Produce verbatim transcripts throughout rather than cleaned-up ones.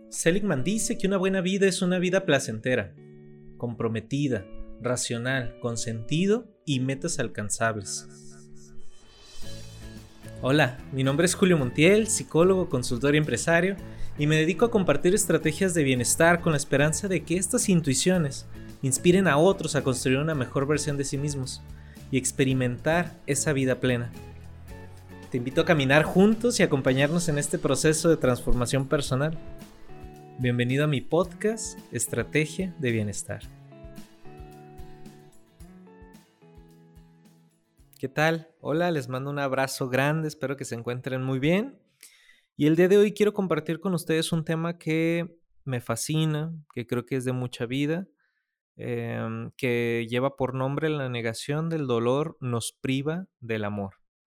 Seligman dice que una buena vida es una vida placentera, comprometida, racional, con sentido y metas alcanzables. Hola, mi nombre es Julio Montiel, psicólogo, consultor y empresario, y me dedico a compartir estrategias de bienestar con la esperanza de que estas intuiciones inspiren a otros a construir una mejor versión de sí mismos y experimentar esa vida plena. Te invito a caminar juntos y acompañarnos en este proceso de transformación personal. Bienvenido a mi podcast, Estrategia de Bienestar. ¿Qué tal? Hola, les mando un abrazo grande, espero que se encuentren muy bien. Y el día de hoy quiero compartir con ustedes un tema que me fascina, que creo que es de mucha vida, eh, que lleva por nombre la negación del dolor nos priva del amor.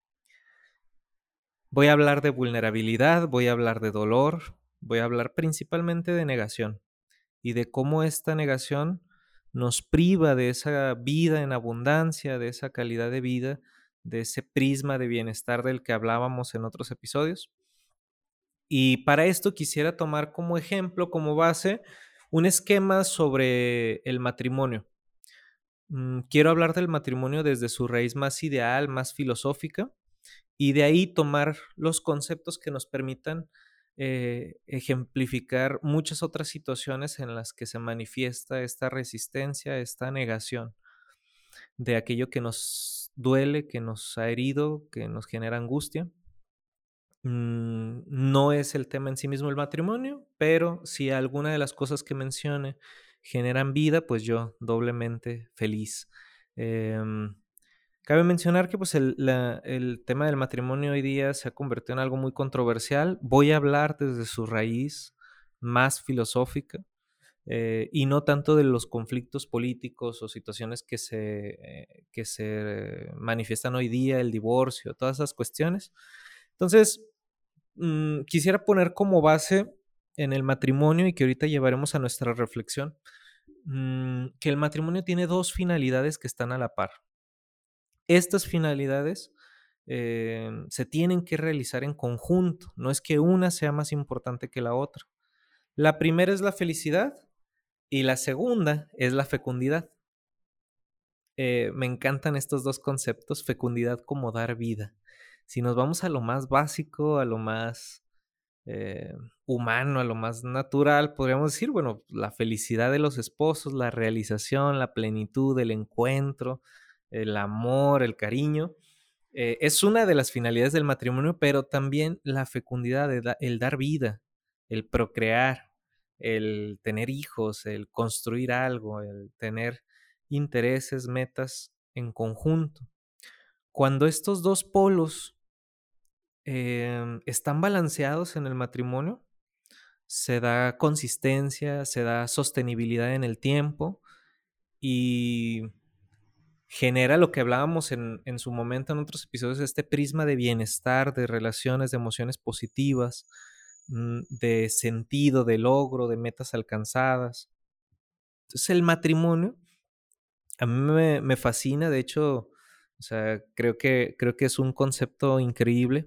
Voy a hablar de vulnerabilidad, voy a hablar de dolor, voy a hablar principalmente de negación y de cómo esta negación nos priva de esa vida en abundancia, de esa calidad de vida, de ese prisma de bienestar del que hablábamos en otros episodios. Y para esto quisiera tomar como ejemplo, como base, un esquema sobre el matrimonio. Mm, Quiero hablar del matrimonio desde su raíz más ideal, más filosófica, y de ahí tomar los conceptos que nos permitan eh, ejemplificar muchas otras situaciones en las que se manifiesta esta resistencia, esta negación de aquello que nos duele, que nos ha herido, que nos genera angustia. Mm, no es el tema en sí mismo el matrimonio, pero si alguna de las cosas que mencione generan vida, pues yo doblemente feliz. Em, Cabe mencionar que pues el, la- el tema del matrimonio hoy día se ha convertido en algo muy controversial. Voy a hablar desde su raíz más filosófica, eh, y no tanto de los conflictos políticos o situaciones que se, eh, que se manifiestan hoy día, el divorcio, todas esas cuestiones. Entonces, mm, quisiera poner como base en el matrimonio y que ahorita llevaremos a nuestra reflexión, mm, que el matrimonio tiene dos finalidades que están a la par. Estas finalidades eh, se tienen que realizar en conjunto, no es que una sea más importante que la otra. La primera es la felicidad y la segunda es la fecundidad. Eh, me encantan estos dos conceptos, fecundidad como dar vida. Si nos vamos a lo más básico, a lo más eh, humano, a lo más natural, podríamos decir, bueno, la felicidad de los esposos, la realización, la plenitud, el encuentro, el amor, el cariño. Eh, es una de las finalidades del matrimonio, pero también la fecundidad, de da- el dar vida, el procrear, el tener hijos, el construir algo, el tener intereses, metas en conjunto. Cuando estos dos polos em, están balanceados en el matrimonio, se da consistencia, se da sostenibilidad en el tiempo y genera lo que hablábamos en, en su momento en otros episodios, este prisma de bienestar, de relaciones, de emociones positivas, mm, de sentido, de logro, de metas alcanzadas. Entonces el matrimonio a mí me, me fascina, de hecho, o sea, creo que, creo que es un concepto increíble.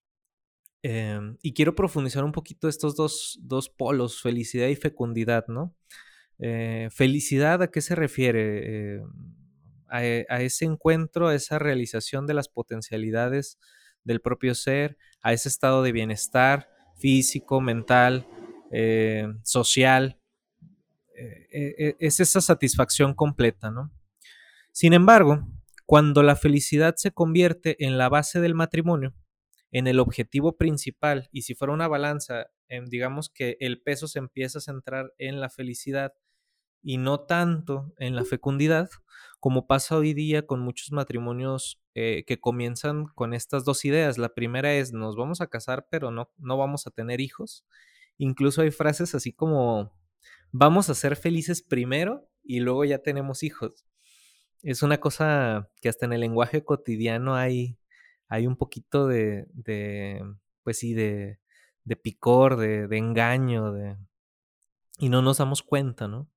Em, y quiero profundizar un poquito estos dos, dos polos, felicidad y fecundidad, ¿no? Eh, felicidad, ¿a qué se refiere? Eh, a, e- a ese encuentro, a esa realización de las potencialidades del propio ser, a ese estado de bienestar físico, mental, eh, social. Eh, eh, eh, es esa satisfacción completa, ¿no? Sin embargo, cuando la felicidad se convierte en la base del matrimonio, en el objetivo principal, y si fuera una balanza, em, digamos que el peso se empieza a centrar en la felicidad y no tanto en la fecundidad, como pasa hoy día con muchos matrimonios eh, que comienzan con estas dos ideas. La primera es, nos vamos a casar, pero no, no vamos a tener hijos. Incluso hay frases así como, vamos a ser felices primero y luego ya tenemos hijos. Es una cosa que hasta en el lenguaje cotidiano hay, hay un poquito de, de pues sí, de, de picor, de, de engaño, de, y no nos damos cuenta, ¿no?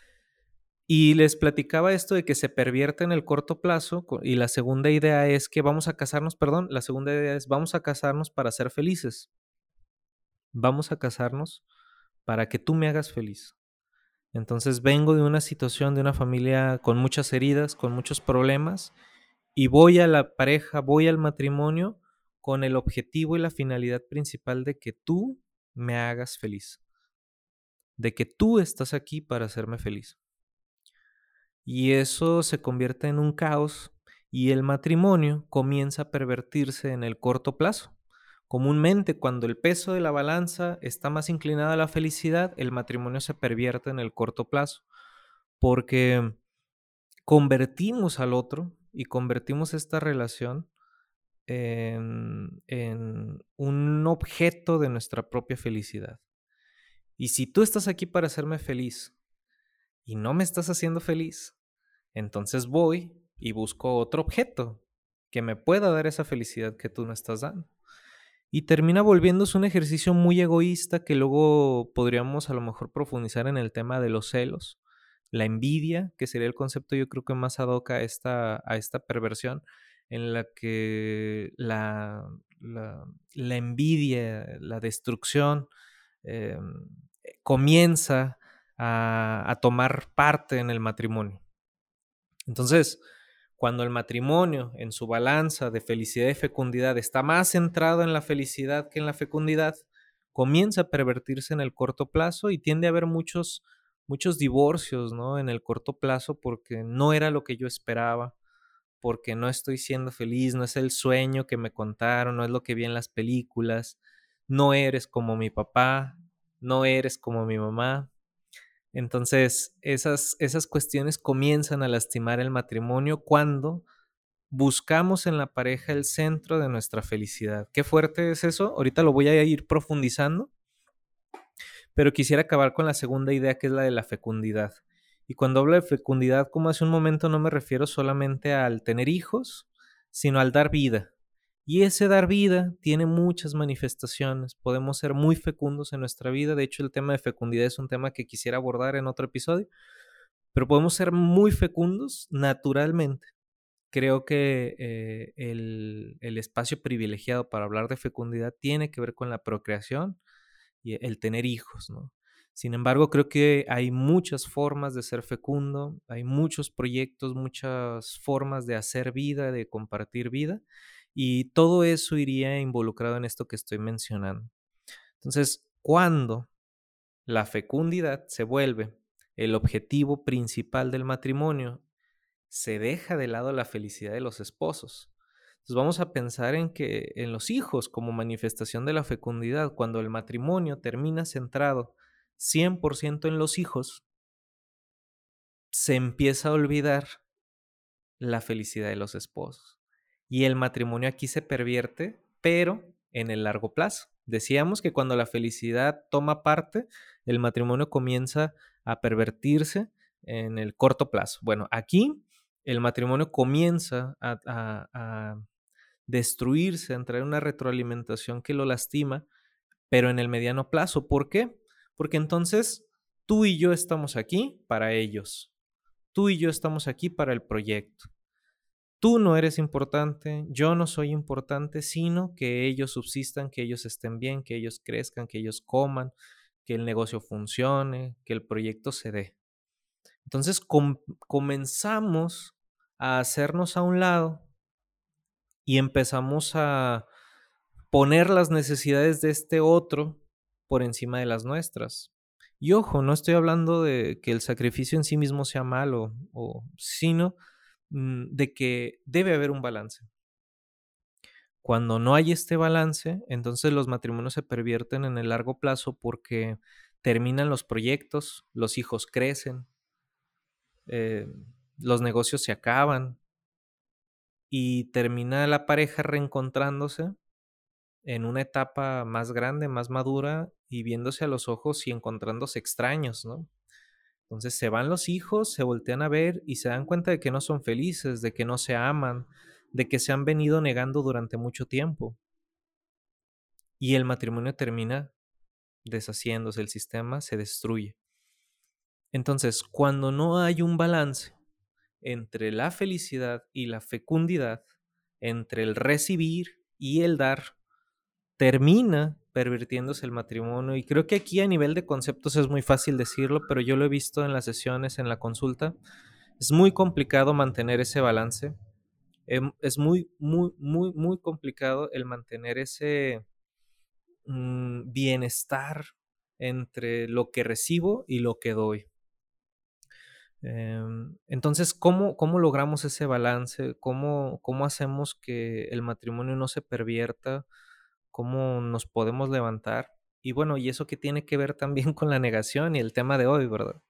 Y les platicaba esto de que se pervierte en el corto plazo co- y la segunda idea es que vamos a casarnos, perdón, la segunda idea es vamos a casarnos para ser felices. Vamos a casarnos para que tú me hagas feliz. Entonces vengo de una situación, de una familia con muchas heridas, con muchos problemas, y voy a la pareja, voy al matrimonio con el objetivo y la finalidad principal de que tú me hagas feliz, de que tú estás aquí para hacerme feliz. Y eso se convierte en un caos y el matrimonio comienza a pervertirse en el corto plazo. Comúnmente, cuando el peso de la balanza está más inclinado a la felicidad, el matrimonio se pervierte en el corto plazo, porque convertimos al otro y convertimos esta relación en, en un objeto de nuestra propia felicidad. Y si tú estás aquí para hacerme feliz y no me estás haciendo feliz, entonces voy y busco otro objeto que me pueda dar esa felicidad que tú no estás dando. Y termina volviéndose un ejercicio muy egoísta que luego podríamos a lo mejor profundizar en el tema de los celos, la envidia, que sería el concepto yo creo que más ad hoc a esta, a esta perversión, en la que la, la, la envidia, la destrucción, eh, comienza a, a tomar parte en el matrimonio. Entonces, cuando el matrimonio en su balanza de felicidad y fecundidad está más centrado en la felicidad que en la fecundidad, comienza a pervertirse en el corto plazo y tiende a haber muchos, muchos divorcios, ¿no? En el corto plazo porque no era lo que yo esperaba, porque no estoy siendo feliz, no es el sueño que me contaron, no es lo que vi en las películas, no eres como mi papá, no eres como mi mamá. Entonces, esas, esas cuestiones comienzan a lastimar el matrimonio cuando buscamos en la pareja el centro de nuestra felicidad. Qué fuerte es eso. Ahorita lo voy a ir profundizando, pero quisiera acabar con la segunda idea, que es la de la fecundidad. Y cuando hablo de fecundidad, como hace un momento, no me refiero solamente al tener hijos, sino al dar vida. Y ese dar vida tiene muchas manifestaciones. Podemos ser muy fecundos en nuestra vida. De hecho, el tema de fecundidad es un tema que quisiera abordar en otro episodio. Pero podemos ser muy fecundos naturalmente. Creo que eh, el, el espacio privilegiado para hablar de fecundidad tiene que ver con la procreación y el tener hijos, ¿no? Sin embargo, creo que hay muchas formas de ser fecundo, hay muchos proyectos, muchas formas de hacer vida, de compartir vida, y todo eso iría involucrado en esto que estoy mencionando. Entonces, cuando la fecundidad se vuelve el objetivo principal del matrimonio, se deja de lado la felicidad de los esposos. Entonces vamos a pensar en que en los hijos como manifestación de la fecundidad, cuando el matrimonio termina centrado cien por ciento en los hijos, se empieza a olvidar la felicidad de los esposos. Y el matrimonio aquí se pervierte, pero en el largo plazo. Decíamos que cuando la felicidad toma parte, el matrimonio comienza a pervertirse en el corto plazo. Bueno, aquí el matrimonio comienza a, a, a destruirse, a entrar en una retroalimentación que lo lastima, pero en el mediano plazo. ¿Por qué? Porque entonces tú y yo estamos aquí para ellos. Tú y yo estamos aquí para el proyecto. Tú no eres importante, yo no soy importante, sino que ellos subsistan, que ellos estén bien, que ellos crezcan, que ellos coman, que el negocio funcione, que el proyecto se dé. Entonces com comenzamos a hacernos a un lado y empezamos a poner las necesidades de este otro por encima de las nuestras. Y ojo, no estoy hablando de que el sacrificio en sí mismo sea malo, o, sino mm, de que debe haber un balance. Cuando no hay este balance, entonces los matrimonios se pervierten en el largo plazo porque terminan los proyectos, los hijos crecen, eh, los negocios se acaban y termina la pareja reencontrándose en una etapa más grande, más madura y viéndose a los ojos y encontrándose extraños, ¿no? Entonces se van los hijos, se voltean a ver y se dan cuenta de que no son felices, de que no se aman, de que se han venido negando durante mucho tiempo. Y el matrimonio termina deshaciéndose, el sistema se destruye. Entonces, cuando no hay un balance entre la felicidad y la fecundidad, entre el recibir y el dar, termina pervirtiéndose el matrimonio. Y creo que aquí a nivel de conceptos es muy fácil decirlo, pero yo lo he visto en las sesiones, en la consulta. Es muy complicado mantener ese balance. Em, Es muy, muy, muy, muy complicado el mantener ese mm, bienestar entre lo que recibo y lo que doy. Em, entonces, ¿cómo, cómo logramos ese balance? ¿Cómo, cómo hacemos que el matrimonio no se pervierta? ¿Cómo nos podemos levantar? Y bueno, y eso que tiene que ver también con la negación y el tema de hoy, ¿verdad?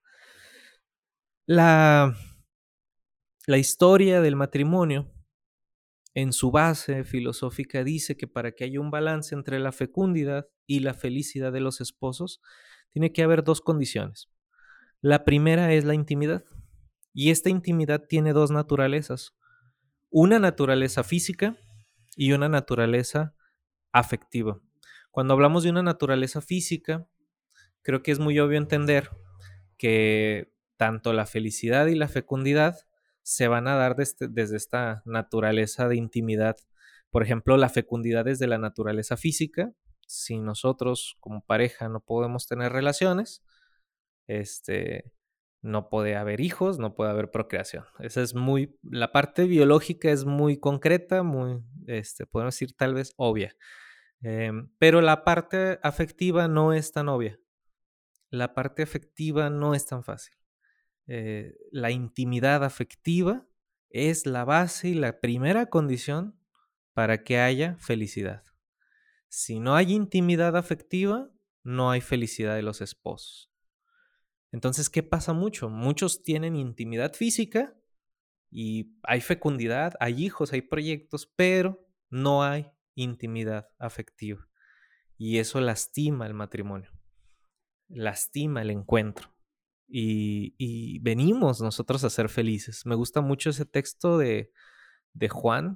La, la historia del matrimonio, en su base filosófica, dice que para que haya un balance entre la fecundidad y la felicidad de los esposos, tiene que haber dos condiciones. La primera es la intimidad. Y esta intimidad tiene dos naturalezas. Una naturaleza física y una naturaleza afectiva. Cuando hablamos de una naturaleza física, creo que es muy obvio entender que tanto la felicidad y la fecundidad se van a dar desde, desde esta naturaleza de intimidad. Por ejemplo, la fecundidad es de la naturaleza física. Si nosotros como pareja no podemos tener relaciones, este, no puede haber hijos, no puede haber procreación. Esa es muy, la parte biológica es muy concreta, muy, este, podemos decir tal vez obvia. Em, pero la parte afectiva no es tan obvia. La parte afectiva no es tan fácil. Eh, la intimidad afectiva es la base y la primera condición para que haya felicidad. Si no hay intimidad afectiva, no hay felicidad de los esposos. Entonces, ¿qué pasa mucho? Muchos tienen intimidad física y hay fecundidad, hay hijos, hay proyectos, pero no hay intimidad afectiva. Y eso lastima el matrimonio, lastima el encuentro. Y, y venimos nosotros a ser felices. Me gusta mucho ese texto de, de Juan.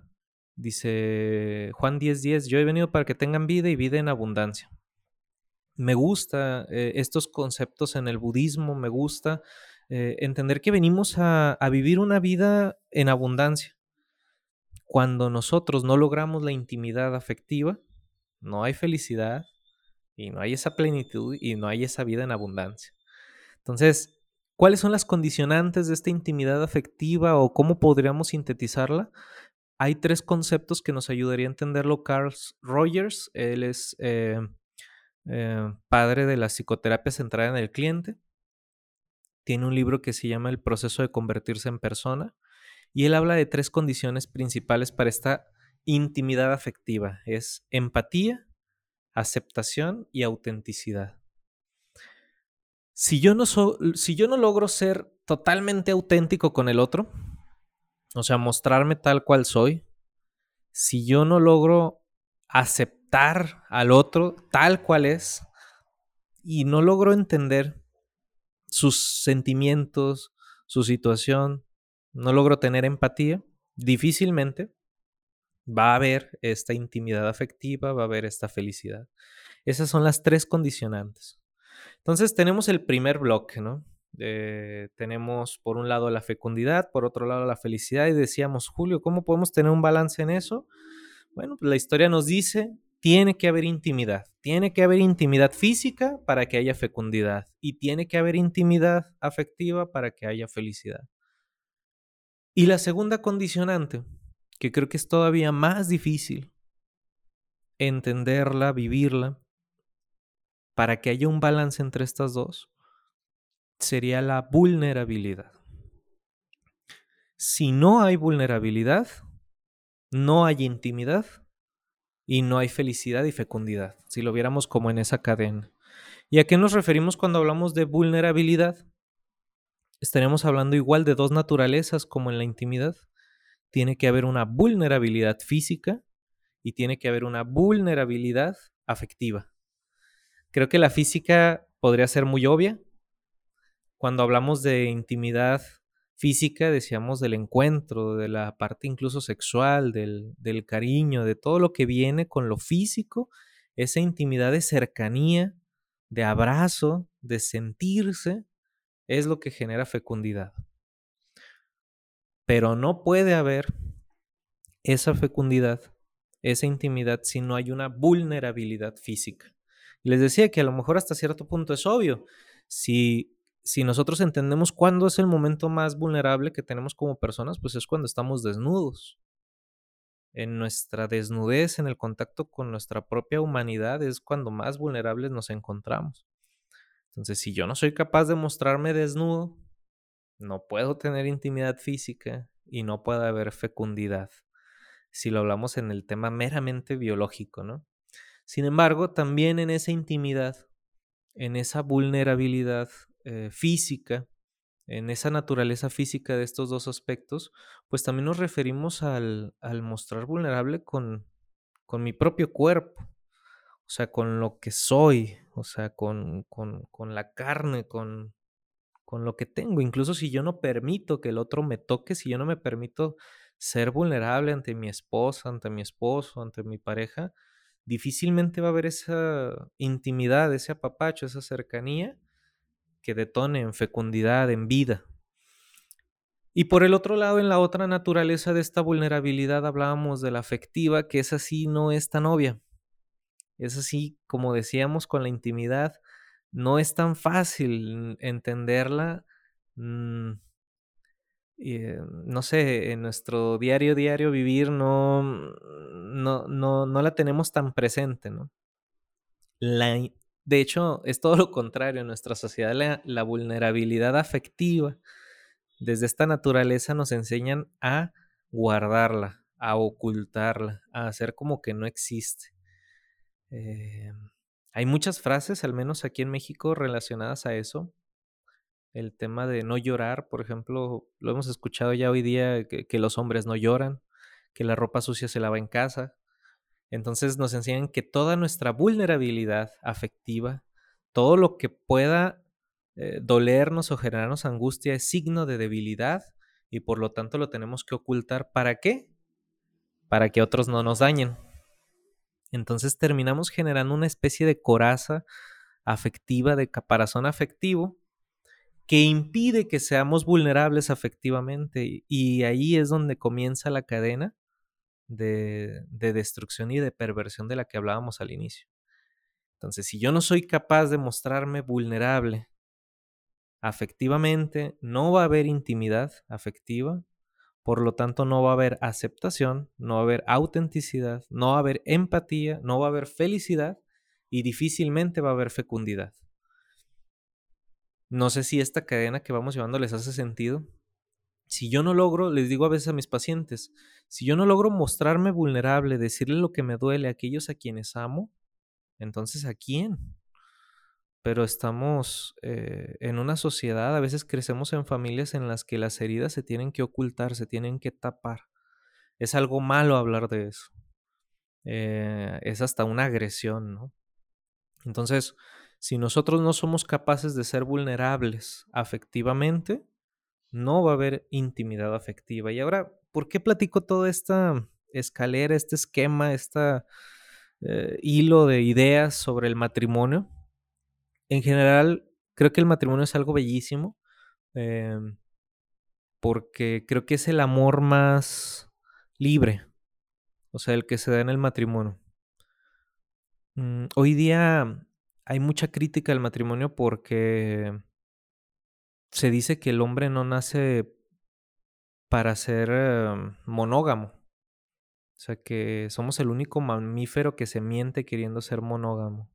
Dice Juan diez diez, yo he venido para que tengan vida y vida en abundancia. Me gusta eh, estos conceptos en el budismo, me gusta eh, entender que venimos a, a vivir una vida en abundancia. Cuando nosotros no logramos la intimidad afectiva, no hay felicidad y no hay esa plenitud y no hay esa vida en abundancia. Entonces, ¿cuáles son las condicionantes de esta intimidad afectiva o cómo podríamos sintetizarla? Hay tres conceptos que nos ayudaría a entenderlo Carl Rogers. Él es eh, eh, padre de la psicoterapia centrada en el cliente. Tiene un libro que se llama El proceso de convertirse en persona. Y él habla de tres condiciones principales para esta intimidad afectiva. Es empatía, aceptación y autenticidad. Si yo no, so, si yo no logro ser totalmente auténtico con el otro, o sea, mostrarme tal cual soy, si yo no logro aceptar al otro tal cual es y no logro entender sus sentimientos, su situación, no logro tener empatía, difícilmente va a haber esta intimidad afectiva, va a haber esta felicidad. Esas son las tres condicionantes. Entonces tenemos el primer bloque, ¿no? Eh, tenemos por un lado la fecundidad, por otro lado la felicidad y decíamos, Julio, ¿cómo podemos tener un balance en eso? Bueno, pues la historia nos dice, tiene que haber intimidad, tiene que haber intimidad física para que haya fecundidad y tiene que haber intimidad afectiva para que haya felicidad. Y la segunda condicionante, que creo que es todavía más difícil entenderla, vivirla, para que haya un balance entre estas dos, sería la vulnerabilidad. Si no hay vulnerabilidad, no hay intimidad y no hay felicidad y fecundidad, si lo viéramos como en esa cadena. ¿Y a qué nos referimos cuando hablamos de vulnerabilidad? Estaremos hablando igual de dos naturalezas como en la intimidad. Tiene que haber una vulnerabilidad física y tiene que haber una vulnerabilidad afectiva. Creo que la física podría ser muy obvia. Cuando hablamos de intimidad física, decíamos del encuentro, de la parte incluso sexual, del, del cariño, de todo lo que viene con lo físico, esa intimidad de cercanía, de abrazo, de sentirse, es lo que genera fecundidad. Pero no puede haber esa fecundidad, esa intimidad, si no hay una vulnerabilidad física. Y les decía que a lo mejor hasta cierto punto es obvio. Si, si nosotros entendemos cuándo es el momento más vulnerable que tenemos como personas, pues es cuando estamos desnudos. En nuestra desnudez, en el contacto con nuestra propia humanidad, es cuando más vulnerables nos encontramos. Entonces, si yo no soy capaz de mostrarme desnudo, no puedo tener intimidad física y no puede haber fecundidad, si lo hablamos en el tema meramente biológico, ¿no? Sin embargo, también en esa intimidad, en esa vulnerabilidad eh, física, en esa naturaleza física de estos dos aspectos, pues también nos referimos al, al mostrar vulnerable con, con mi propio cuerpo, o sea, con lo que soy, o sea, con, con, con la carne, con, con lo que tengo. Incluso si yo no permito que el otro me toque, si yo no me permito ser vulnerable ante mi esposa, ante mi esposo, ante mi pareja, difícilmente va a haber esa intimidad, ese apapacho, esa cercanía que detone en fecundidad, en vida. Y por el otro lado, en la otra naturaleza de esta vulnerabilidad hablábamos de la afectiva, que esa sí no es tan obvia. Es así, como decíamos, con la intimidad, no es tan fácil entenderla. mm, y, eh, no sé, en nuestro diario, diario vivir no, no, no, no la tenemos tan presente, ¿no? La, in- de hecho, es todo lo contrario. En nuestra sociedad la, la vulnerabilidad afectiva, desde esta naturaleza nos enseñan a guardarla, a ocultarla, a hacer como que no existe. Eh, Hay muchas frases, al menos aquí en México, relacionadas a eso. El tema de no llorar, por ejemplo, lo hemos escuchado ya hoy día, que, que los hombres no lloran, que la ropa sucia se lava en casa. Entonces nos enseñan que toda nuestra vulnerabilidad afectiva, todo lo que pueda eh, dolernos o generarnos angustia es signo de debilidad y por lo tanto lo tenemos que ocultar. ¿Para qué? Para que otros no nos dañen. Entonces terminamos generando una especie de coraza afectiva, de caparazón afectivo, que impide que seamos vulnerables afectivamente. Y ahí es donde comienza la cadena de, de destrucción y de perversión de la que hablábamos al inicio. Entonces, si yo no soy capaz de mostrarme vulnerable afectivamente, no va a haber intimidad afectiva, por lo tanto no va a haber aceptación, no va a haber autenticidad, no va a haber empatía, no va a haber felicidad y difícilmente va a haber fecundidad. No sé si esta cadena que vamos llevando les hace sentido. Si yo no logro, les digo a veces a mis pacientes, si yo no logro mostrarme vulnerable, decirle lo que me duele a aquellos a quienes amo, entonces ¿a quién? Pero estamos eh, en una sociedad, a veces crecemos en familias en las que las heridas se tienen que ocultar, se tienen que tapar. Es algo malo hablar de eso. Eh, es hasta una agresión, ¿no? Entonces, si nosotros no somos capaces de ser vulnerables afectivamente, no va a haber intimidad afectiva. Y ahora, ¿por qué platico toda esta escalera, este esquema, este eh, hilo de ideas sobre el matrimonio? En general, creo que el matrimonio es algo bellísimo, eh, porque creo que es el amor más libre, o sea, el que se da en el matrimonio. Mm, hoy día hay mucha crítica al matrimonio porque se dice que el hombre no nace para ser eh, monógamo. O sea, que somos el único mamífero que se miente queriendo ser monógamo.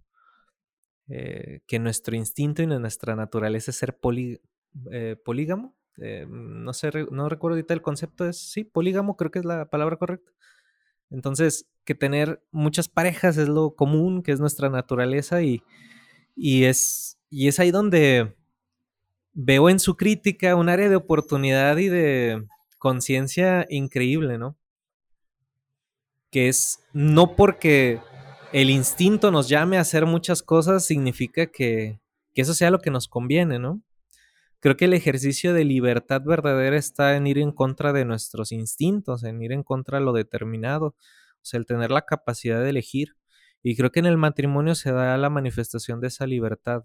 Eh, que nuestro instinto y nuestra naturaleza es ser poli, eh, polígamo. Eh, no sé, no recuerdo ahorita el concepto, es, sí, polígamo creo que es la palabra correcta. Entonces, que tener muchas parejas es lo común, que es nuestra naturaleza y, y, es, y es ahí donde veo en su crítica un área de oportunidad y de conciencia increíble, ¿no? Que es no porque el instinto nos llame a hacer muchas cosas significa que, que eso sea lo que nos conviene, ¿no? Creo que el ejercicio de libertad verdadera está en ir en contra de nuestros instintos, en ir en contra de lo determinado, o sea, el tener la capacidad de elegir. Y creo que en el matrimonio se da la manifestación de esa libertad.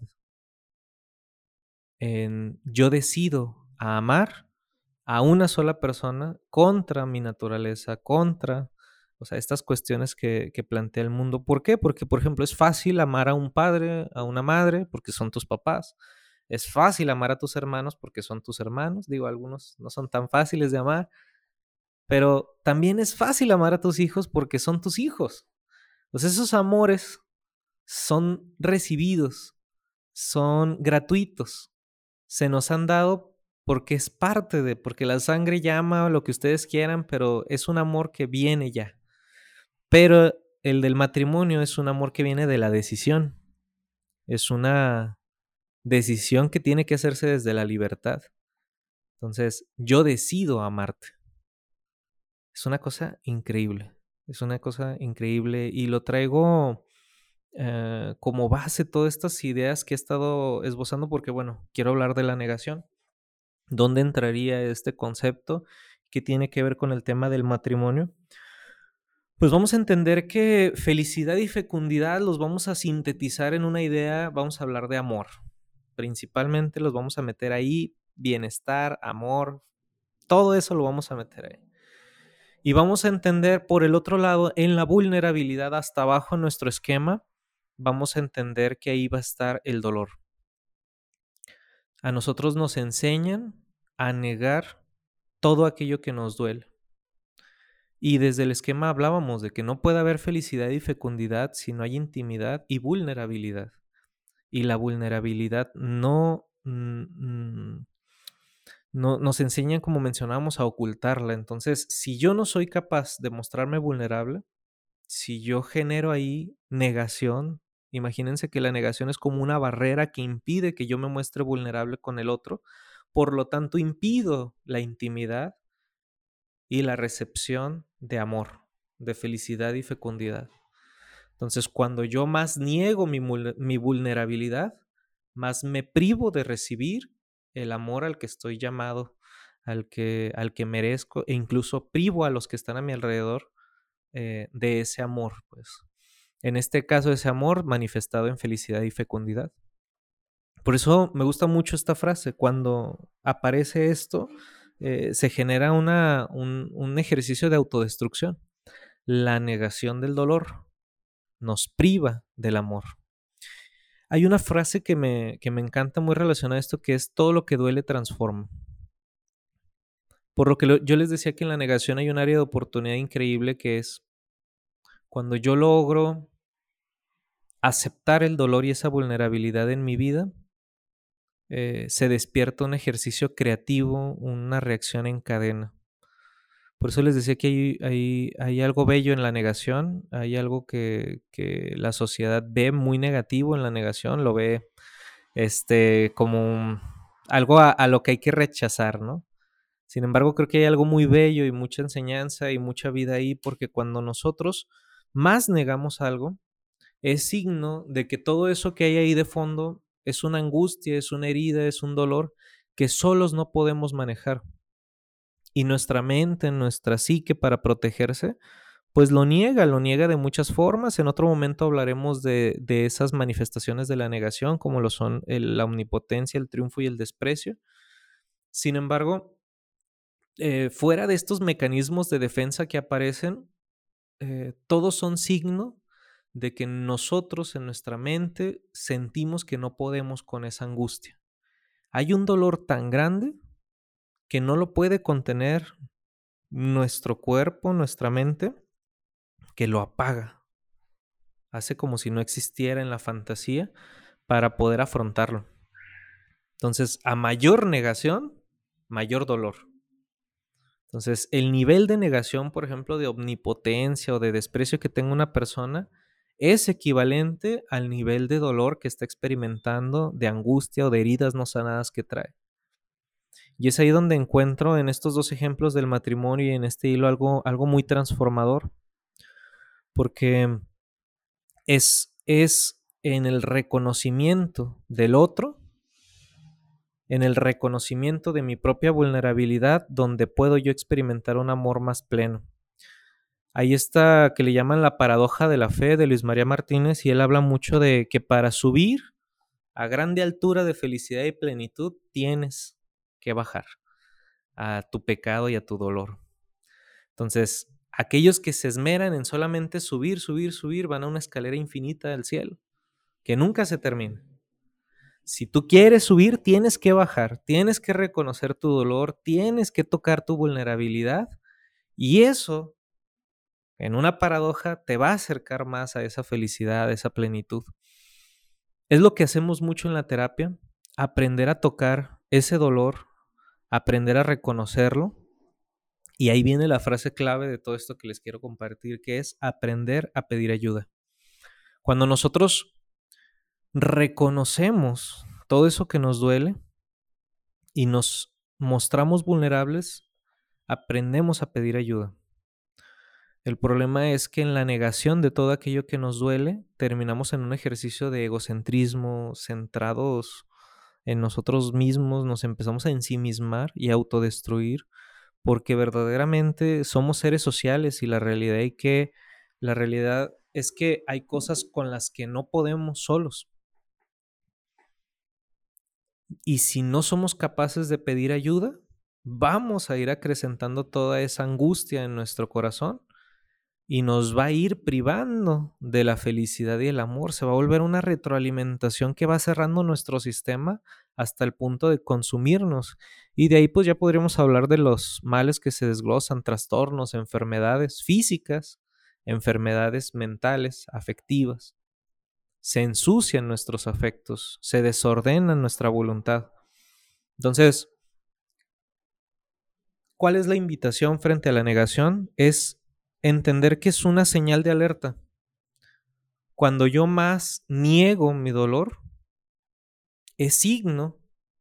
En yo decido amar a una sola persona contra mi naturaleza, contra O sea, estas cuestiones que, que plantea el mundo. ¿Por qué? Porque, por ejemplo, es fácil amar a un padre, a una madre, porque son tus papás. Es fácil amar a tus hermanos porque son tus hermanos. Digo, algunos no son tan fáciles de amar, pero también es fácil amar a tus hijos porque son tus hijos. Pues esos amores son recibidos, son gratuitos, se nos han dado porque es parte de, porque la sangre llama o lo que ustedes quieran, pero es un amor que viene ya. Pero el del matrimonio es un amor que viene de la decisión, es una decisión que tiene que hacerse desde la libertad. Entonces, yo decido amarte. Es una cosa increíble, es una cosa increíble y lo traigo eh, como base todas estas ideas que he estado esbozando porque, bueno, quiero hablar de la negación. ¿Dónde entraría este concepto que tiene que ver con el tema del matrimonio? Pues vamos a entender que felicidad y fecundidad los vamos a sintetizar en una idea, vamos a hablar de amor. Principalmente los vamos a meter ahí, bienestar, amor, todo eso lo vamos a meter ahí. Y vamos a entender por el otro lado, en la vulnerabilidad hasta abajo en nuestro esquema, vamos a entender que ahí va a estar el dolor. A nosotros nos enseñan a negar todo aquello que nos duele. Y desde el esquema hablábamos de que no puede haber felicidad y fecundidad si no hay intimidad y vulnerabilidad. Y la vulnerabilidad no, mm, no nos enseñan, como mencionábamos, a ocultarla. Entonces, si yo no soy capaz de mostrarme vulnerable, si yo genero ahí negación, imagínense que la negación es como una barrera que impide que yo me muestre vulnerable con el otro, por lo tanto impido la intimidad y la recepción de amor, de felicidad y fecundidad. Entonces, cuando yo más niego mi, mi vulnerabilidad, más me privo de recibir el amor al que estoy llamado, al que, al que merezco, e incluso privo a los que están a mi alrededor eh, de ese amor, pues. En este caso, ese amor manifestado en felicidad y fecundidad. Por eso me gusta mucho esta frase. Cuando aparece esto, eh, se genera una, un, un ejercicio de autodestrucción. La negación del dolor nos priva del amor. Hay una frase que me, que me encanta muy relacionada a esto, que es todo lo que duele transforma. Por lo que lo, yo les decía que en la negación hay un área de oportunidad increíble, que es cuando yo logro aceptar el dolor y esa vulnerabilidad en mi vida, eh, se despierta un ejercicio creativo, una reacción en cadena. Por eso les decía que hay, hay, hay algo bello en la negación, hay algo que, que la sociedad ve muy negativo en la negación, lo ve este, como un, algo a, a lo que hay que rechazar, ¿no? Sin embargo, creo que hay algo muy bello y mucha enseñanza y mucha vida ahí, porque cuando nosotros más negamos algo, es signo de que todo eso que hay ahí de fondo es una angustia, es una herida, es un dolor que solos no podemos manejar. Y nuestra mente, nuestra psique, para protegerse, pues lo niega, lo niega de muchas formas. En otro momento hablaremos de, de esas manifestaciones de la negación, como lo son el, la omnipotencia, el triunfo y el desprecio. Sin embargo, eh, fuera de estos mecanismos de defensa que aparecen, eh, todos son signo de que nosotros en nuestra mente sentimos que no podemos con esa angustia. Hay un dolor tan grande que no lo puede contener nuestro cuerpo, nuestra mente, que lo apaga. Hace como si no existiera en la fantasía para poder afrontarlo. Entonces, a mayor negación, mayor dolor. Entonces, el nivel de negación, por ejemplo, de omnipotencia o de desprecio que tenga una persona es equivalente al nivel de dolor que está experimentando, de angustia o de heridas no sanadas que trae. Y es ahí donde encuentro en estos dos ejemplos del matrimonio y en este hilo algo, algo muy transformador, porque es, es en el reconocimiento del otro, en el reconocimiento de mi propia vulnerabilidad, donde puedo yo experimentar un amor más pleno. Ahí está que le llaman la paradoja de la fe de Luis María Martínez, y él habla mucho de que para subir a grande altura de felicidad y plenitud tienes que bajar a tu pecado y a tu dolor. Entonces, Aquellos que se esmeran en solamente subir, subir, subir, van a una escalera infinita del cielo, que nunca se termina. Si tú quieres subir, tienes que bajar, tienes que reconocer tu dolor, tienes que tocar tu vulnerabilidad, y eso, en una paradoja, te va a acercar más a esa felicidad, a esa plenitud. Es lo que hacemos mucho en la terapia, aprender a tocar ese dolor, aprender a reconocerlo. Y ahí viene la frase clave de todo esto que les quiero compartir, que es aprender a pedir ayuda. Cuando nosotros reconocemos todo eso que nos duele y nos mostramos vulnerables, aprendemos a pedir ayuda. El problema es que en la negación de todo aquello que nos duele, terminamos en un ejercicio de egocentrismo, centrados en nosotros mismos, nos empezamos a ensimismar y a autodestruir, porque verdaderamente somos seres sociales y la realidad es que la realidad es que hay cosas con las que no podemos solos. Y si no somos capaces de pedir ayuda, vamos a ir acrecentando toda esa angustia en nuestro corazón y nos va a ir privando de la felicidad y el amor. Se va a volver una retroalimentación que va cerrando nuestro sistema hasta el punto de consumirnos. Y de ahí pues ya podríamos hablar de los males que se desglosan, trastornos, enfermedades físicas, enfermedades mentales, afectivas. Se ensucian nuestros afectos, se desordena nuestra voluntad. Entonces, ¿cuál es la invitación frente a la negación? Es entender que es una señal de alerta. Cuando yo más niego mi dolor, es signo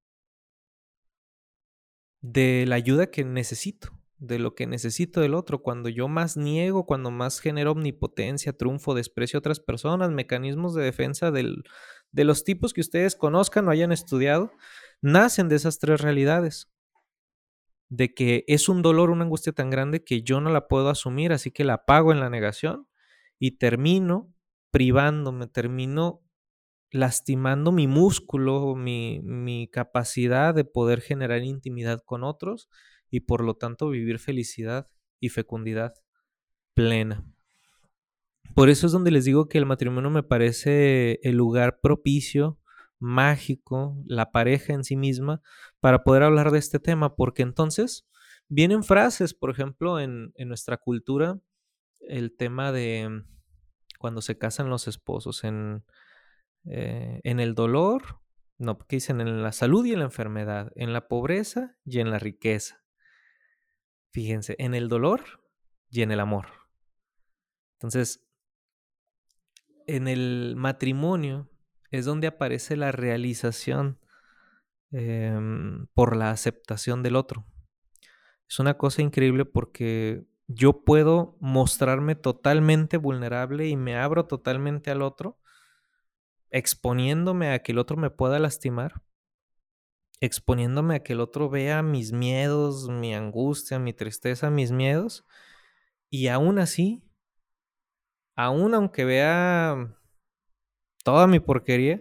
de la ayuda que necesito, de lo que necesito del otro. Cuando yo más niego, cuando más genero omnipotencia, triunfo, desprecio a otras personas, mecanismos de defensa del, de los tipos que ustedes conozcan o hayan estudiado, nacen de esas tres realidades. De que es un dolor, una angustia tan grande que yo no la puedo asumir, así que la apago en la negación y termino privándome, termino lastimando mi músculo, mi, mi capacidad de poder generar intimidad con otros y por lo tanto vivir felicidad y fecundidad plena. Por eso es donde les digo que el matrimonio me parece el lugar propicio, mágico, la pareja en sí misma, para poder hablar de este tema, porque entonces vienen frases, por ejemplo, en, en nuestra cultura, el tema de cuando se casan los esposos, en, eh, en el dolor, no, ¿qué dicen? En la salud y en la enfermedad, en la pobreza y en la riqueza. Fíjense, en el dolor y en el amor. Entonces, en el matrimonio es donde aparece la realización eh, por la aceptación del otro. Es una cosa increíble porque yo puedo mostrarme totalmente vulnerable y me abro totalmente al otro, exponiéndome a que el otro me pueda lastimar, exponiéndome a que el otro vea mis miedos, mi angustia, mi tristeza, mis miedos, y aún así, aún aunque vea toda mi porquería,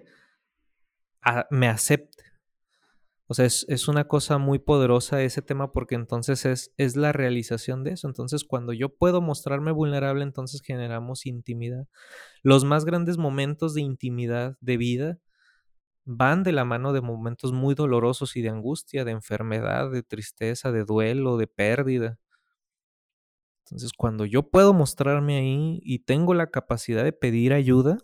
a, me acepte. O sea, es, es una cosa muy poderosa ese tema porque entonces es, es la realización de eso. Entonces, cuando yo puedo mostrarme vulnerable, entonces generamos intimidad. Los más grandes momentos de intimidad de vida van de la mano de momentos muy dolorosos y de angustia, de enfermedad, de tristeza, de duelo, de pérdida. Entonces, cuando yo puedo mostrarme ahí y tengo la capacidad de pedir ayuda,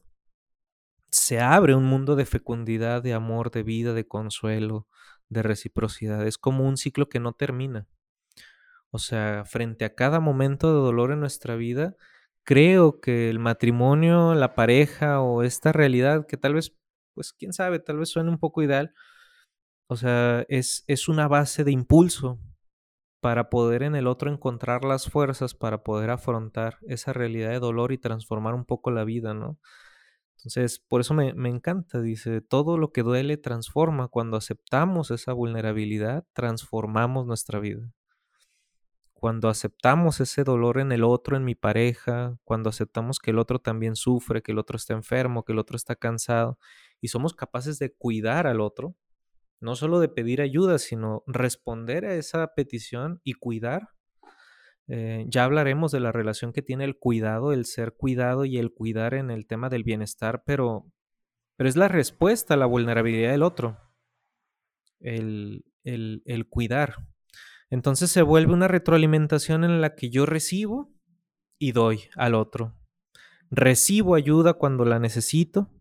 se abre un mundo de fecundidad, de amor, de vida, de consuelo, de reciprocidad. Es como un ciclo que no termina. O sea, frente a cada momento de dolor en nuestra vida, creo que el matrimonio, la pareja o esta realidad que tal vez, pues quién sabe, tal vez suene un poco ideal, o sea, es, es una base de impulso para poder en el otro encontrar las fuerzas para poder afrontar esa realidad de dolor y transformar un poco la vida, ¿no? Entonces, por eso me, me encanta, dice, todo lo que duele transforma. Cuando aceptamos esa vulnerabilidad, transformamos nuestra vida. Cuando aceptamos ese dolor en el otro, en mi pareja, cuando aceptamos que el otro también sufre, que el otro está enfermo, que el otro está cansado, y somos capaces de cuidar al otro, no solo de pedir ayuda, sino responder a esa petición y cuidar, Eh, ya hablaremos de la relación que tiene el cuidado, el ser cuidado y el cuidar en el tema del bienestar, pero, pero es la respuesta a la vulnerabilidad del otro, el, el, el cuidar. Entonces se vuelve una retroalimentación en la que yo recibo y doy al otro. Recibo ayuda cuando la necesito.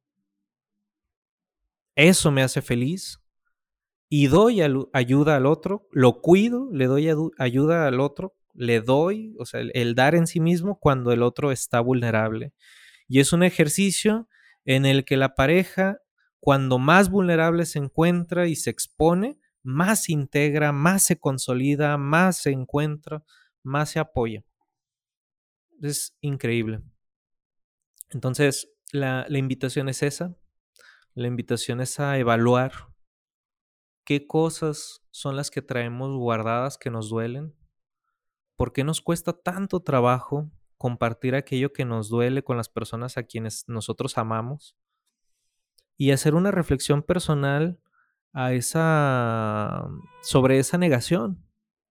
Eso me hace feliz. Y doy al- ayuda al otro. Lo cuido, le doy adu- ayuda al otro. Le doy, o sea, el, el dar en sí mismo cuando el otro está vulnerable. Y es un ejercicio en el que la pareja, cuando más vulnerable se encuentra y se expone, más se integra, más se consolida, más se encuentra, más se apoya. Es increíble. Entonces, la, la invitación es esa. La invitación es a evaluar qué cosas son las que traemos guardadas que nos duelen. ¿Por qué nos cuesta tanto trabajo compartir aquello que nos duele con las personas a quienes nosotros amamos? Y hacer una reflexión personal a esa, sobre esa negación.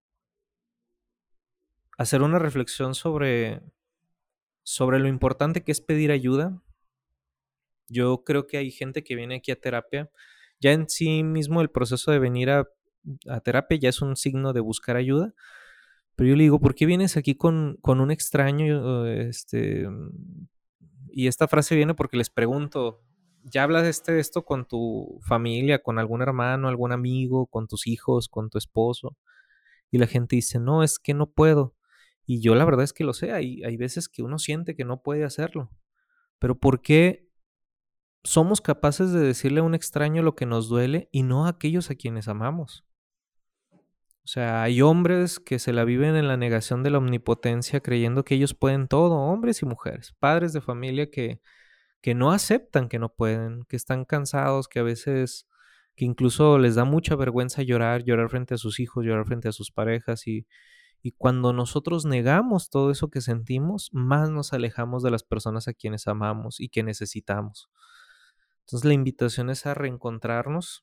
Hacer una reflexión sobre, sobre lo importante que es pedir ayuda. Yo creo que hay gente que viene aquí a terapia. Ya en sí mismo el proceso de venir a, a terapia ya es un signo de buscar ayuda. Pero yo le digo, ¿por qué vienes aquí con, con un extraño? Este, y esta frase viene porque les pregunto, ¿ya hablas de este, esto con tu familia, con algún hermano, algún amigo, con tus hijos, con tu esposo? Y la gente dice, no, es que no puedo. Y yo la verdad es que lo sé, hay, hay veces que uno siente que no puede hacerlo. Pero ¿por qué somos capaces de decirle a un extraño lo que nos duele y no a aquellos a quienes amamos? O sea, hay hombres que se la viven en la negación de la omnipotencia creyendo que ellos pueden todo, hombres y mujeres, padres de familia que, que no aceptan que no pueden, que están cansados, que a veces, que incluso les da mucha vergüenza llorar, llorar frente a sus hijos, llorar frente a sus parejas y, y cuando nosotros negamos todo eso que sentimos, más nos alejamos de las personas a quienes amamos y que necesitamos. Entonces la invitación es a reencontrarnos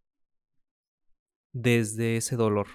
desde ese dolor,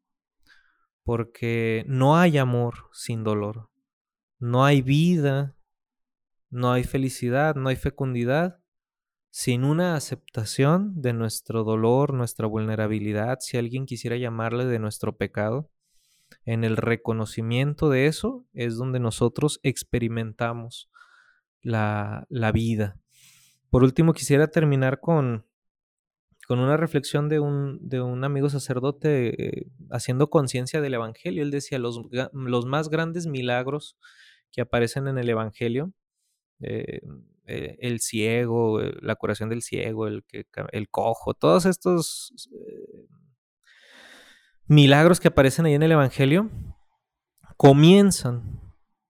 porque no hay amor sin dolor, no hay vida, no hay felicidad, no hay fecundidad sin una aceptación de nuestro dolor, nuestra vulnerabilidad, si alguien quisiera llamarle de nuestro pecado. En el reconocimiento de eso es donde nosotros experimentamos la, la vida. Por último, quisiera terminar con, con una reflexión de un, de un amigo sacerdote eh, haciendo conciencia del Evangelio. Él decía, los, los más grandes milagros que aparecen en el Evangelio, eh, eh, el ciego, eh, la curación del ciego, el, que, el cojo, todos estos eh, milagros que aparecen ahí en el Evangelio, comienzan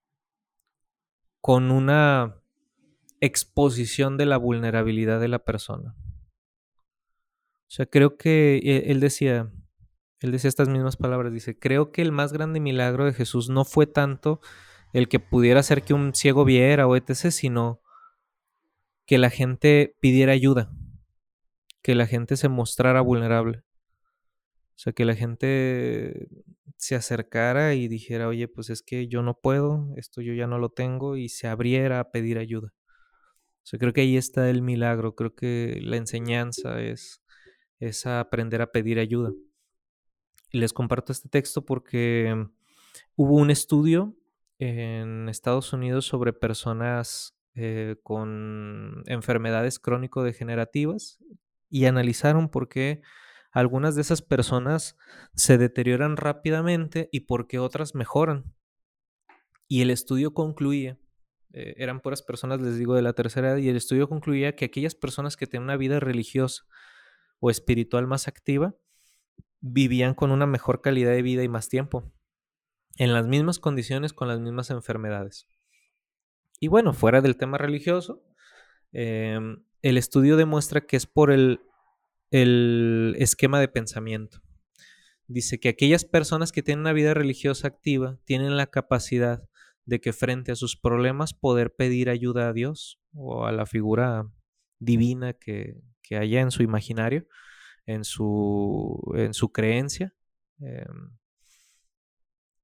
con una exposición de la vulnerabilidad de la persona. O sea, creo que eh, él decía, él decía estas mismas palabras, dice, creo que el más grande milagro de Jesús no fue tanto el que pudiera hacer que un ciego viera o etcétera, sino que la gente pidiera ayuda, que la gente se mostrara vulnerable. O sea, que la gente se acercara y dijera, oye, pues es que yo no puedo, esto yo ya no lo tengo, y se abriera a pedir ayuda. O sea, creo que ahí está el milagro, creo que la enseñanza es, es aprender a pedir ayuda. Y les comparto este texto porque hubo un estudio en Estados Unidos sobre personas eh, con enfermedades crónico-degenerativas y analizaron por qué algunas de esas personas se deterioran rápidamente y por qué otras mejoran. Y el estudio concluía, eh, eran puras personas, les digo, de la tercera edad, y el estudio concluía que aquellas personas que tienen una vida religiosa o espiritual más activa vivían con una mejor calidad de vida y más tiempo, en las mismas condiciones, con las mismas enfermedades. Y bueno, fuera del tema religioso, eh, el estudio demuestra que es por el, el esquema de pensamiento. Dice que aquellas personas que tienen una vida religiosa activa tienen la capacidad de que frente a sus problemas poder pedir ayuda a Dios o a la figura divina que, que haya en su imaginario, en su, en su creencia. Eh,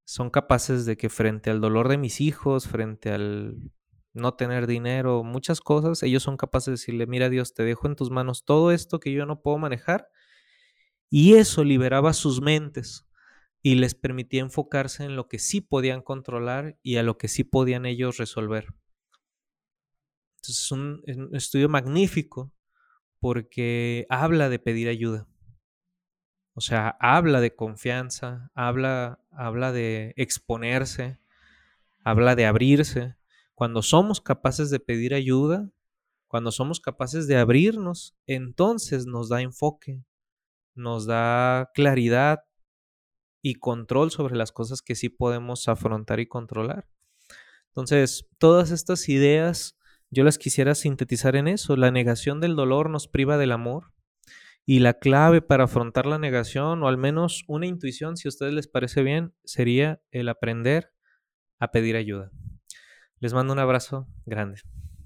son capaces de que frente al dolor de mis hijos, frente al no tener dinero, muchas cosas, ellos son capaces de decirle, mira Dios, te dejo en tus manos todo esto que yo no puedo manejar. Y eso liberaba sus mentes y les permitía enfocarse en lo que sí podían controlar y a lo que sí podían ellos resolver. Entonces es un, es un estudio magnífico porque habla de pedir ayuda. O sea, habla de confianza, habla, habla de exponerse, habla de abrirse. Cuando somos capaces de pedir ayuda, cuando somos capaces de abrirnos, entonces nos da enfoque, nos da claridad y control sobre las cosas que sí podemos afrontar y controlar. Entonces, todas estas ideas yo las quisiera sintetizar en eso. La negación del dolor nos priva del amor. Y la clave para afrontar la negación, o al menos una intuición, si a ustedes les parece bien, sería el aprender a pedir ayuda. Les mando un abrazo grande.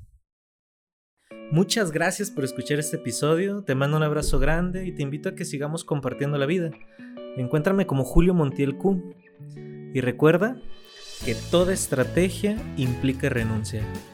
Muchas gracias por escuchar este episodio. Te mando un abrazo grande y te invito a que sigamos compartiendo la vida. Encuéntrame como Julio Montiel Q. Y recuerda que toda estrategia implica renuncia.